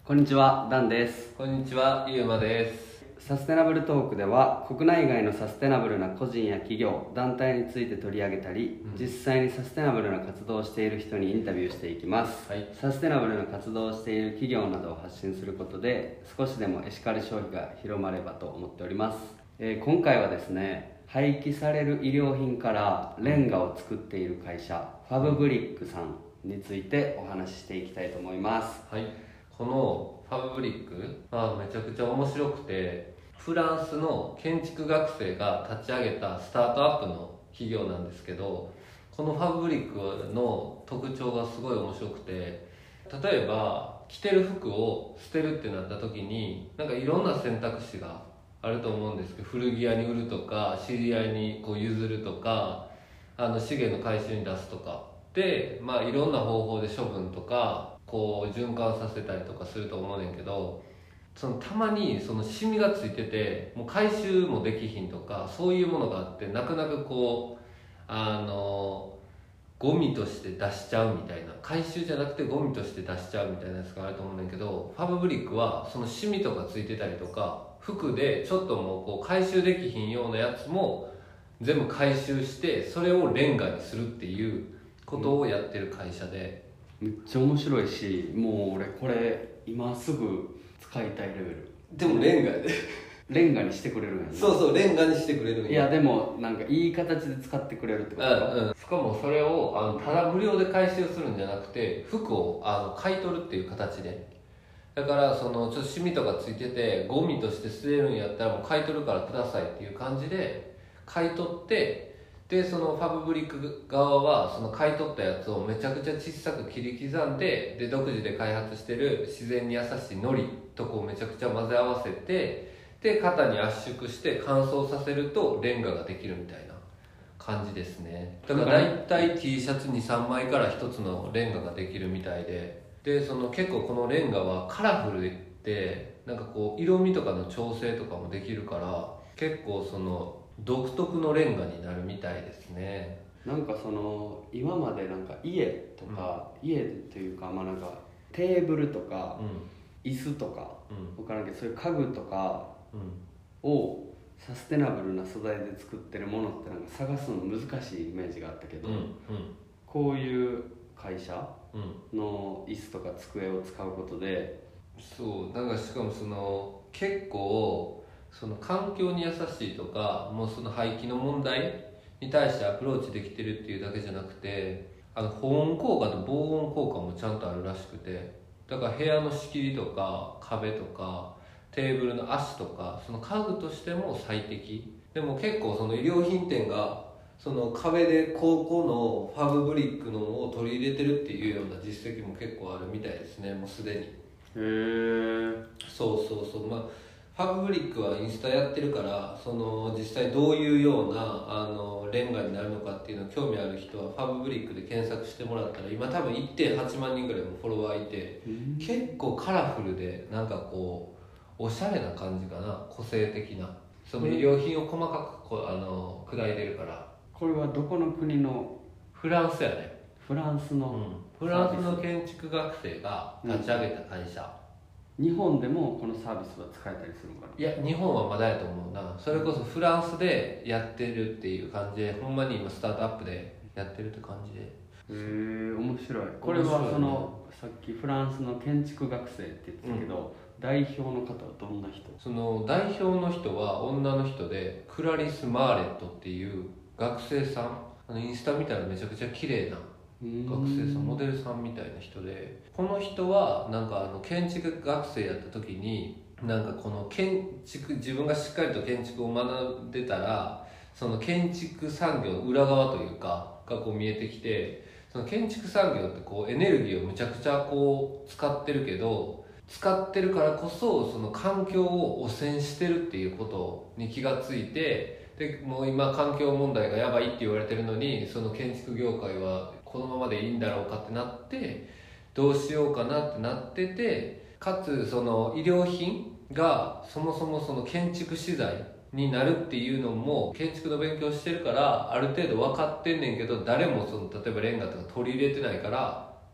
こんにちは、ダンです。 こんにちは、ゆうまです。 サステナブルトークでは国内外のサステナブルな個人や企業、団体について取り上げたり、実際にサステナブルな活動をしている人にインタビューしていきます、サステナブルな活動をしている企業などを発信することで少しでもエシカル消費が広まればと思っております。今回はですね、廃棄される衣料品からレンガを作っている会社ファブブリックさんについてお話ししていきたいと思います。 このファブブリックはめちゃくちゃ面白くて、フランスの建築学生が立ち上げたスタートアップの企業なんですけど、このファブブリックの特徴がすごい面白くて、例えば着てる服を捨てるってなった時になんかいろんな選択肢があると思うんですけど、古着屋に売るとか知り合いに譲るとか資源の回収に出すとかで、いろんな方法で処分とか循環させたりとかすると思うねんけど、たまにシミがついててもう回収もできひんとか、そういうものがあってなかなかゴミとして出しちゃうみたいな、回収じゃなくてゴミとして出しちゃうみたいなやつがあると思うねんけど、ファブブリックはそのシミとかついてたりとか、服でちょっともう回収できひんようなやつも全部回収してそれをレンガにするっていうことをやってる会社で、 めっちゃ面白いし、もう俺これ今すぐ使いたいレベル。 でもレンガやでレンガにしてくれるんやね。 そうレンガにしてくれるんや。 いやでもなんかいい形で使ってくれるってことか。 しかもそれをただ無料で回収するんじゃなくて、服を買い取るっていう形で、だからちょっとシミとかついててゴミとして捨てれるんやったらもう買い取るからくださいっていう感じで買い取って、でそのファブブリック側はその買い取ったやつをめちゃくちゃ小さく切り刻んで、独自で開発してる自然に優しい糊とめちゃくちゃ混ぜ合わせて、で型に圧縮して乾燥させるとレンガができるみたいな感じですね。だから大体 T シャツ 2,3 枚から一つのレンガができるみたいで、結構このレンガはカラフルでなんか色味とかの調整とかもできるから、結構独特のレンガになるみたいですね。 なんか今までなんか家とか、家というかなんかテーブルとか、椅子とか、分からんけどそういう家具とかをサステナブルな素材で作ってるものってなんか探すの難しいイメージがあったけど、こういう会社の椅子とか机を使うことで、 なんかしかも結構環境に優しいとか、もう廃棄の問題に対してアプローチできてるっていうだけじゃなくて、保温効果と防音効果もちゃんとあるらしくて、だから部屋の仕切りとか壁とかテーブルの足とか家具としても最適で、も結構衣料品店が壁でのファブブリックのを取り入れてるっていうような実績も結構あるみたいですね、もうすでに。 へえ。 ファブブリックはインスタやってるから、実際どういうようなレンガになるのかっていうの興味ある人はファブブリックで検索してもらったら、今多分 1.8 万人ぐらいもフォロワーいて、結構カラフルでなんかおしゃれな感じかな、個性的な衣料品を細かく砕いてるから。 これはどこの国の？ フランスやね。 フランスの、 フランスの建築学生が立ち上げた会社。 日本でもこのサービスは使えたりするのかな？ いや、日本はまだやと思うな。それこそフランスでやってるっていう感じで、ほんまに今スタートアップでやってるって感じで。 へえ、面白い。これはさっきフランスの建築学生って言ってたけど、代表の方はどんな人？ 代表の人は女の人で、クラリス・マーレットっていう学生さん、インスタ見たらめちゃくちゃ綺麗な学生さん、モデルさんみたいな人で、この人はなんか建築学生やった時に、なんか自分がしっかりと建築を学んでたら、建築産業の裏側というかが見えてきて、建築産業ってエネルギーをむちゃくちゃ使ってるけど、使ってるからこそ環境を汚染してるっていうことに気がついて、でもう今環境問題がやばいって言われてるのに、建築業界はこのままでいいんだろうかってなって、どうしようかなってなってて、かつ衣料品がそもそも建築資材になるっていうのも建築の勉強してるからある程度分かってんねんけど、誰も例えばレンガとか取り入れてないから、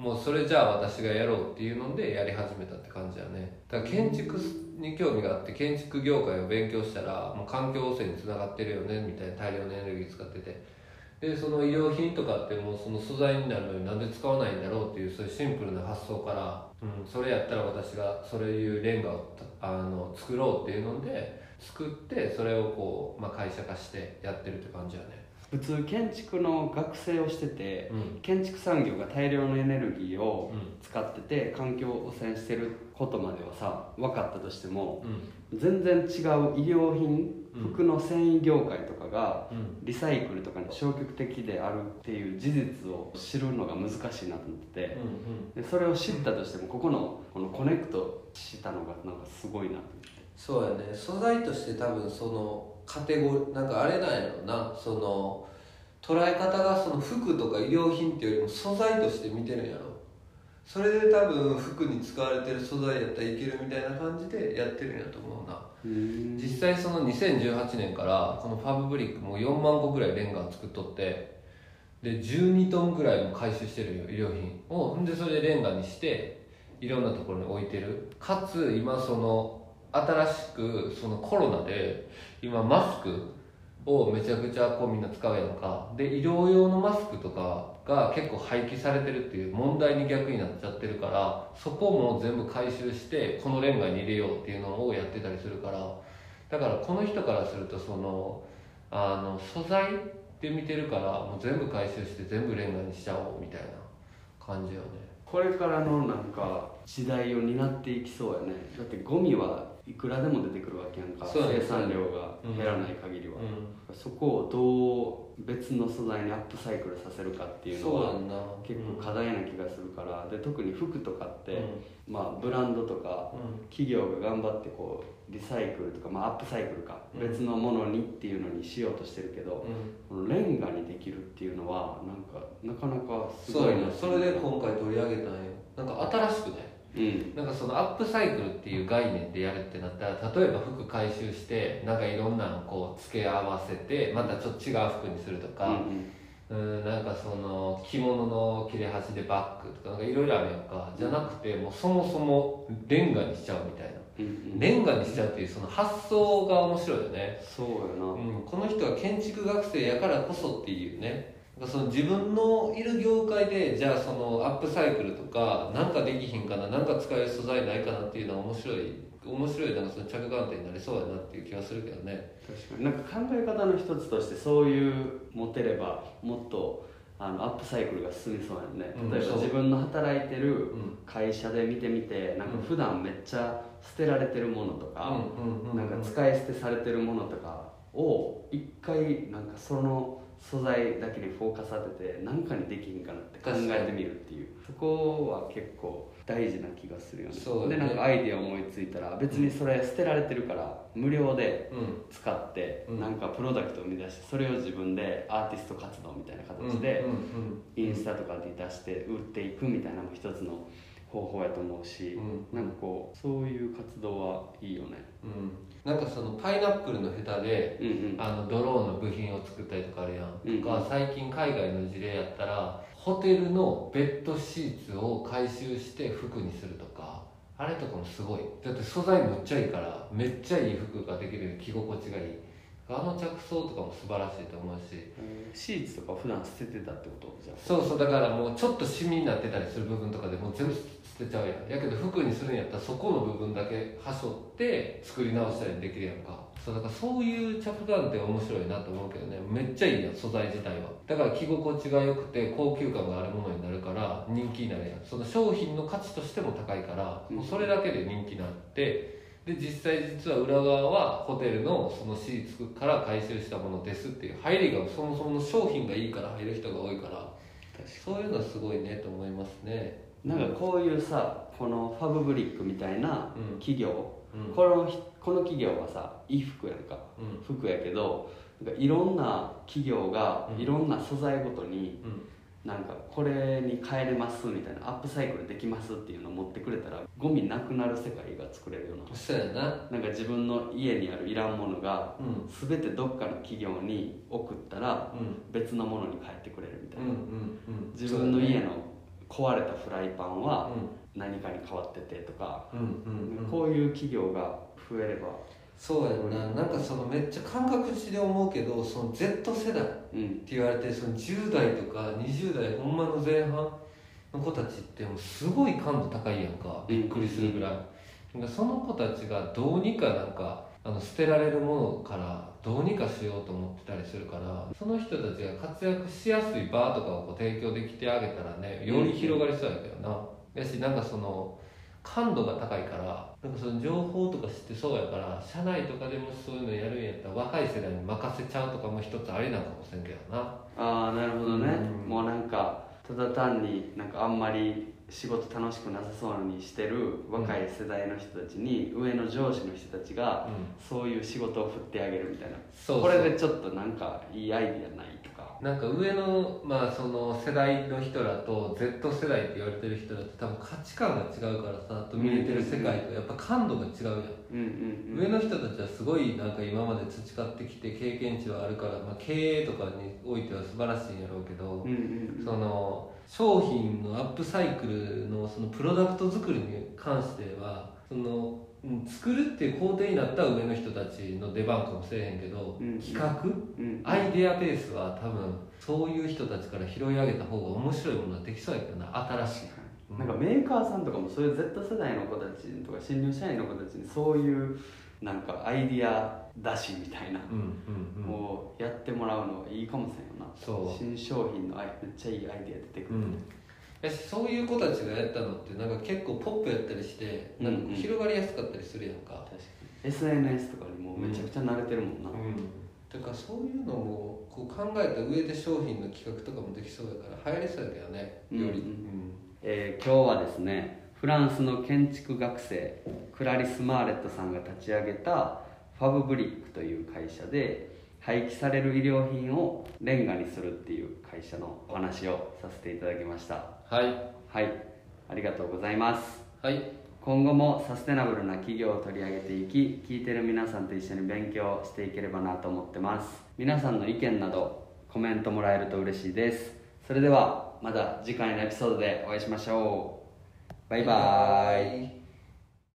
もうそれじゃあ私がやろうっていうのでやり始めたって感じだね。だから建築に興味があって建築業界を勉強したらもう環境汚染につながってるよねみたいな大量のエネルギー使ってて、でその衣料品とかってもうその素材になるのになんで使わないんだろうっていうそういうシンプルな発想から、それやったら私がそういうレンガを作ろうっていうので作ってそれをこう、会社化してやってるって感じやね。 普通建築の学生をしてて、建築産業が大量のエネルギーを使ってて環境汚染してることまではさ分かったとしても、全然違う衣料品、服の繊維業界とかがリサイクルとかに消極的であるっていう事実を知るのが難しいなと思ってて、でそれを知ったとしてもこのコネクトしたのがなんかすごいなと思って。 そうやね、素材として多分そのカテゴリーなんかあれなんやろな、その捉え方がその服とか衣料品っていうよりも素材として見てるんやろ。それで多分服に使われてる素材やったらいけるみたいな感じでやってるんやと思うな。実際その2018年からこのファブブリックも4万個ぐらいレンガを作っとって、で12トンぐらいも回収してるよ衣料品を。でそれでレンガにしていろんなところに置いてる。かつ今その新しくそのコロナで今マスクをめちゃくちゃこうみんな使うやんか。で医療用のマスクとかが結構廃棄されてるっていう問題に逆になっちゃってるから、そこも全部回収してこのレンガに入れようっていうのをやってたりするから、だからこの人からするとその素材で見てるからもう全部回収して全部レンガにしちゃおうみたいな感じよね。 これからのなんか時代を担っていきそうやね。だってゴミはいくらでも出てくるわけやんか、生産量が減らない限りは、そこをどう別の素材にアップサイクルさせるかっていうのは結構課題な気がするから。で特に服とかって、ブランドとか企業が頑張ってこうリサイクルとか、アップサイクルか、別のものにっていうのにしようとしてるけど、このレンガにできるっていうのはなかなかすごいな。 それで今回取り上げたんよ。なんか新しくね、なんかそのアップサイクルっていう概念でやるってなったら、例えば服回収してなんかいろんなのこう付け合わせてまたちょっと違う服にするとか、なんかその着物の切れ端でバッグとかなんかいろいろあるやんか。じゃなくてもうそもそもレンガにしちゃうみたいな、レンガにしちゃうっていうその発想が面白いよね。 そうやな、 この人は建築学生やからこそっていうね。その自分のいる業界でじゃあそのアップサイクルとかなんかできひんかな、なんか使える素材ないかなっていうのは面白いなんかその着眼点になりそうやなっていう気がするけどね。 確かになんか考え方の一つとしてそういう持てればもっとアップサイクルが進みそうやんね。例えば自分の働いてる会社で見てみて、なんか普段めっちゃ捨てられてるものとか、なんか使い捨てされてるものとかを一回なんかその素材だけにフォーカス当てて何かにできひんかなって考えてみるっていう、そこは結構大事な気がするよね。でなんかアイディア思いついたら別にそれ捨てられてるから無料で使ってなんかプロダクトを生み出して、それを自分でアーティスト活動みたいな形でインスタとかで出して売っていくみたいなのも一つの方法やと思うし、なんかこうそういう活動はいいよね。 なんかそのパイナップルのヘタで、ドローンの部品を作ったりとかあるやん、とか最近海外の事例やったらホテルのベッドシーツを回収して服にするとか、あれとかもすごい。だって素材めっちゃいいからめっちゃいい服ができる、着心地がいい。着想とかも素晴らしいと思うし、 シーツとか普段捨ててたってことじゃ。 そうだからもうちょっとシミになってたりする部分とかでもう全部捨てちゃうやん。やけど服にするんやったらそこの部分だけはしょって作り直したりできるやんか。だからそういう着眼点面白いなと思うけどね。めっちゃいいやん素材自体は。だから着心地が良くて高級感があるものになるから人気になるやん。その商品の価値としても高いから、もうそれだけで人気になって、で実は裏側はホテルのそのシーツから回収したものですっていう入りがそもそもの商品がいいから入る人が多いから、そういうのはすごいねと思いますね。 なんかこういうさ、このファブブリックみたいな企業、この企業はさ衣服やんか、服やけどなんかいろんな企業がいろんな素材ごとに、なんかこれに変えれますみたいな、アップサイクルできますっていうのを持ってくれたらゴミなくなる世界が作れるような。 そうやな。 なんか自分の家にあるいらんものが全てどっかの企業に送ったら別のものに変えてくれるみたいな、自分の家の壊れたフライパンは何かに変わっててとか、こういう企業が増えれば。 そうやな、なんかそのめっちゃ感覚値で思うけど、その Z 世代って言われてるその10代とか20代ほんまの前半の子たちってもうすごい感度高いやんか、びっくりするぐらい。その子たちがどうにかなんか捨てられるものからどうにかしようと思ってたりするから、その人たちが活躍しやすい場とかをこう提供できてあげたらね、より広がりそうやけどな。やしなんかその感度が高いから、なんかその情報とか知ってそうやから、社内とかでもそういうのやるんやったら若い世代に任せちゃうとかも一つありなんかもしれんけどな。 ああ、なるほどね。もうなんかただ単になんかあんまり仕事楽しくなさそうにしてる若い世代の人たちに、上の上司の人たちがそういう仕事を振ってあげるみたいな、これでちょっとなんかいいアイディアないとか。 なんか上の、その世代の人らと Z 世代って言われてる人らって多分価値観が違うからさ、あと見えてる世界とやっぱ感度が違うやん。上の人たちはすごいなんか今まで培ってきて経験値はあるから、経営とかにおいては素晴らしいんやろうけど、その商品のアップサイクルのそのプロダクト作りに関しては、その作るっていう工程になったら上の人たちの出番かもしれへんけど、企画、アイデアベースは多分そういう人たちから拾い上げた方が面白いものができそうやけどな、新しい、 なんかメーカーさんとかもそういう Z 世代の子たちとか新入社員の子たちにそういうなんかアイディア出しみたいな、もうやってもらうのはいいかもしれんよな。そう新商品のめっちゃいいアイディア出てくる、 そういう子たちがやったのってなんか結構ポップやったりしてなんか広がりやすかったりするやんか、 確かに SNS とかにもめちゃくちゃ慣れてるもんな、 だからそういうのもこう考えた上で商品の企画とかもできそうだから流行りそうやけどね、より、 今日はですね、フランスの建築学生クラリス・マーレットさんが立ち上げたファブブリックという会社で、廃棄される衣料品をレンガにするっていう会社のお話をさせていただきました。はい、ありがとうございます。今後もサステナブルな企業を取り上げていき、聞いてる皆さんと一緒に勉強していければなと思ってます。皆さんの意見などコメントもらえると嬉しいです。それではまた次回のエピソードでお会いしましょう。バイバーイ。